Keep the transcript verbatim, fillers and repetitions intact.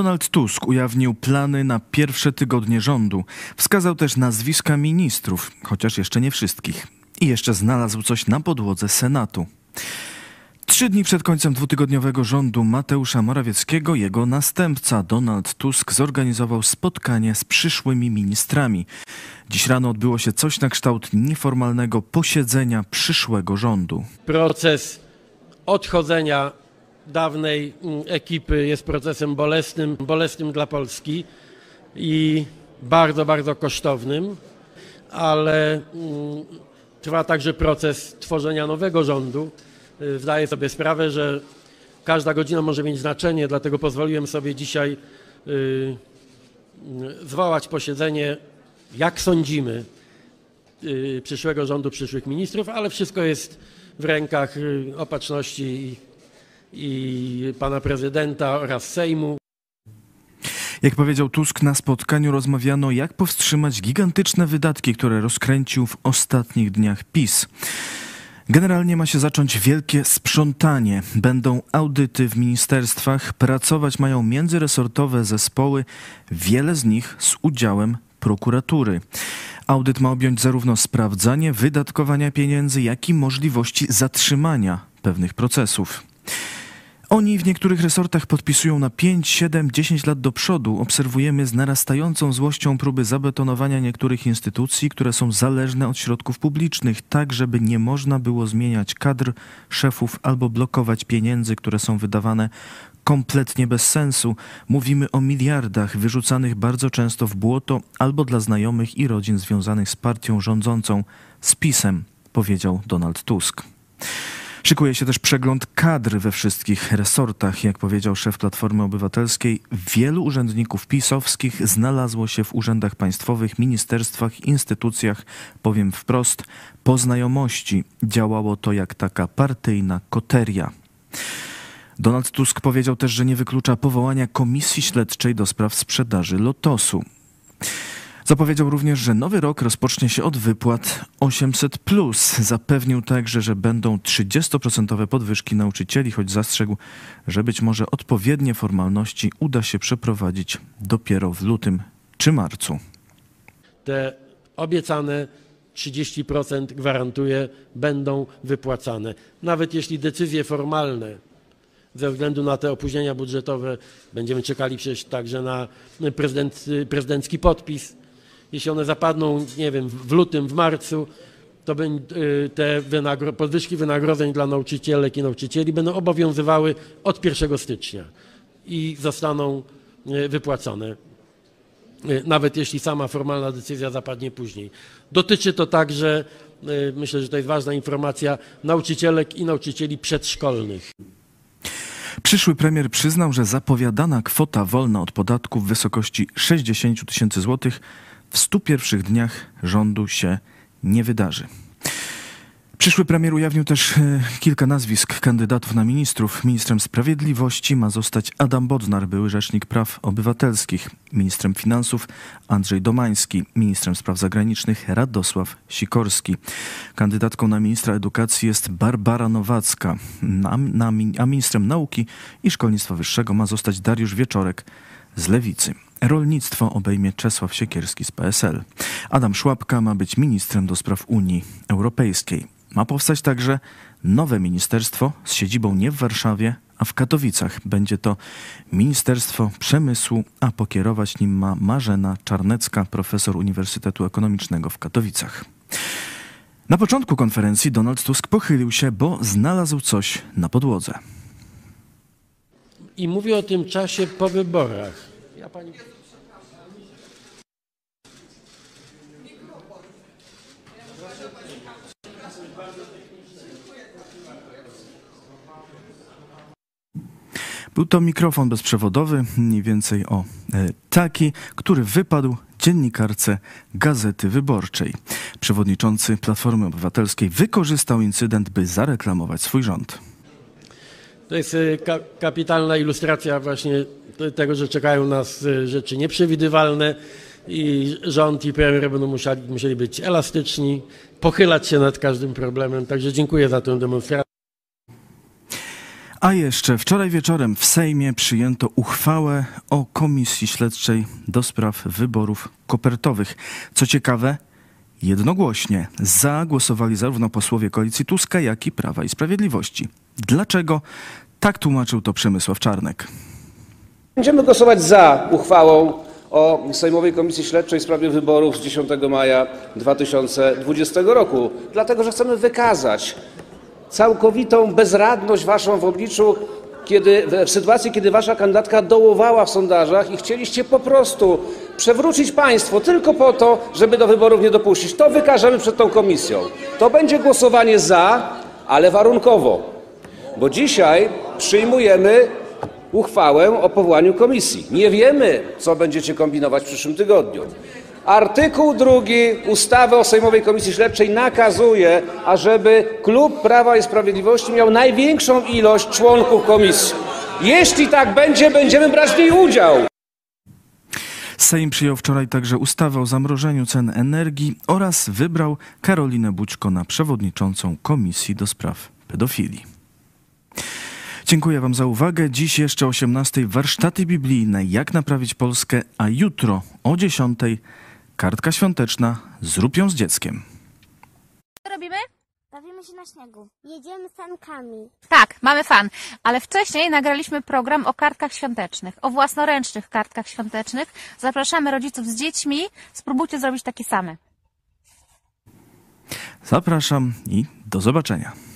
Donald Tusk ujawnił plany na pierwsze tygodnie rządu. Wskazał też nazwiska ministrów, chociaż jeszcze nie wszystkich. I jeszcze znalazł coś na podłodze Senatu. Trzy dni przed końcem dwutygodniowego rządu Mateusza Morawieckiego jego następca Donald Tusk zorganizował spotkanie z przyszłymi ministrami. Dziś rano odbyło się coś na kształt nieformalnego posiedzenia przyszłego rządu. Proces odchodzenia dawnej ekipy jest procesem bolesnym, bolesnym dla Polski i bardzo, bardzo kosztownym, ale trwa także proces tworzenia nowego rządu. Zdaję sobie sprawę, że każda godzina może mieć znaczenie, dlatego pozwoliłem sobie dzisiaj y, zwołać posiedzenie, jak sądzimy, y, przyszłego rządu, przyszłych ministrów, ale wszystko jest w rękach y, opatrzności i, i pana prezydenta oraz Sejmu. Jak powiedział Tusk, na spotkaniu rozmawiano, jak powstrzymać gigantyczne wydatki, które rozkręcił w ostatnich dniach PiS. Generalnie ma się zacząć wielkie sprzątanie. Będą audyty w ministerstwach, pracować mają międzyresortowe zespoły, wiele z nich z udziałem prokuratury. Audyt ma objąć zarówno sprawdzanie wydatkowania pieniędzy, jak i możliwości zatrzymania pewnych procesów. Oni w niektórych resortach podpisują na pięć, siedem, dziesięć lat do przodu. Obserwujemy z narastającą złością próby zabetonowania niektórych instytucji, które są zależne od środków publicznych, tak żeby nie można było zmieniać kadr, szefów albo blokować pieniędzy, które są wydawane kompletnie bez sensu. Mówimy o miliardach wyrzucanych bardzo często w błoto albo dla znajomych i rodzin związanych z partią rządzącą, z PiS-em, powiedział Donald Tusk. Szykuje się też przegląd kadr we wszystkich resortach. Jak powiedział szef Platformy Obywatelskiej, wielu urzędników pisowskich znalazło się w urzędach państwowych, ministerstwach, instytucjach, powiem wprost, po znajomości. Działało to jak taka partyjna koteria. Donald Tusk powiedział też, że nie wyklucza powołania komisji śledczej do spraw sprzedaży Lotosu. Zapowiedział również, że nowy rok rozpocznie się od wypłat osiemset plus. Zapewnił także, że będą trzydziestoprocentowe podwyżki nauczycieli, choć zastrzegł, że być może odpowiednie formalności uda się przeprowadzić dopiero w lutym czy marcu. Te obiecane trzydzieści procent gwarantuję będą wypłacane. Nawet jeśli decyzje formalne ze względu na te opóźnienia budżetowe, będziemy czekali przecież także na prezydent, prezydencki podpis. Jeśli one zapadną, nie wiem, w lutym, w marcu, to te wynagro- podwyżki wynagrodzeń dla nauczycielek i nauczycieli będą obowiązywały od pierwszego stycznia i zostaną wypłacone, nawet jeśli sama formalna decyzja zapadnie później. Dotyczy to także, myślę, że to jest ważna informacja, nauczycielek i nauczycieli przedszkolnych. Przyszły premier przyznał, że zapowiadana kwota wolna od podatku w wysokości sześćdziesiąt tysięcy złotych w stu pierwszych dniach rządu się nie wydarzy. Przyszły premier ujawnił też kilka nazwisk kandydatów na ministrów. Ministrem sprawiedliwości ma zostać Adam Bodnar, były rzecznik praw obywatelskich. Ministrem finansów Andrzej Domański. Ministrem spraw zagranicznych Radosław Sikorski. Kandydatką na ministra edukacji jest Barbara Nowacka. Na, na, a ministrem nauki i szkolnictwa wyższego ma zostać Dariusz Wieczorek z Lewicy. Rolnictwo obejmie Czesław Siekierski z P S L. Adam Szłapka ma być ministrem do spraw Unii Europejskiej. Ma powstać także nowe ministerstwo z siedzibą nie w Warszawie, a w Katowicach. Będzie to Ministerstwo Przemysłu, a pokierować nim ma Marzena Czarnecka, profesor Uniwersytetu Ekonomicznego w Katowicach. Na początku konferencji Donald Tusk pochylił się, bo znalazł coś na podłodze. I mówię o tym czasie po wyborach. Ja pani... Był to mikrofon bezprzewodowy, mniej więcej o e, taki, który wypadł dziennikarce Gazety Wyborczej. Przewodniczący Platformy Obywatelskiej wykorzystał incydent, by zareklamować swój rząd. To jest ka- kapitalna ilustracja właśnie tego, że czekają nas rzeczy nieprzewidywalne i rząd i premier będą musieli, musieli być elastyczni, pochylać się nad każdym problemem. Także dziękuję za tę demonstrację. A jeszcze wczoraj wieczorem w Sejmie przyjęto uchwałę o Komisji Śledczej do spraw wyborów kopertowych. Co ciekawe, jednogłośnie zagłosowali zarówno posłowie koalicji Tuska, jak i Prawa i Sprawiedliwości. Dlaczego? Tak tłumaczył to Przemysław Czarnek. Będziemy głosować za uchwałą o Sejmowej Komisji Śledczej w sprawie wyborów z dziesiątego maja dwa tysiące dwudziestego roku, dlatego że chcemy wykazać całkowitą bezradność waszą w obliczu, kiedy, w sytuacji, kiedy wasza kandydatka dołowała w sondażach i chcieliście po prostu przewrócić państwo tylko po to, żeby do wyborów nie dopuścić. To wykażemy przed tą komisją. To będzie głosowanie za, ale warunkowo, bo dzisiaj przyjmujemy uchwałę o powołaniu komisji. Nie wiemy, co będziecie kombinować w przyszłym tygodniu. Artykuł drugi ustawy o Sejmowej Komisji Śledczej nakazuje, ażeby klub Prawa i Sprawiedliwości miał największą ilość członków komisji. Jeśli tak będzie, będziemy brać w niej udział. Sejm przyjął wczoraj także ustawę o zamrożeniu cen energii oraz wybrał Karolinę Bućko na przewodniczącą Komisji do spraw pedofilii. Dziękuję wam za uwagę. Dziś jeszcze o osiemnastej warsztaty biblijne Jak naprawić Polskę, a jutro o dziesiątej kartka świąteczna Zrób ją z dzieckiem. Co robimy? Bawimy się na śniegu. Jedziemy sankami. Tak, mamy fan, ale wcześniej nagraliśmy program o kartkach świątecznych, o własnoręcznych kartkach świątecznych. Zapraszamy rodziców z dziećmi, spróbujcie zrobić takie same. Zapraszam i do zobaczenia.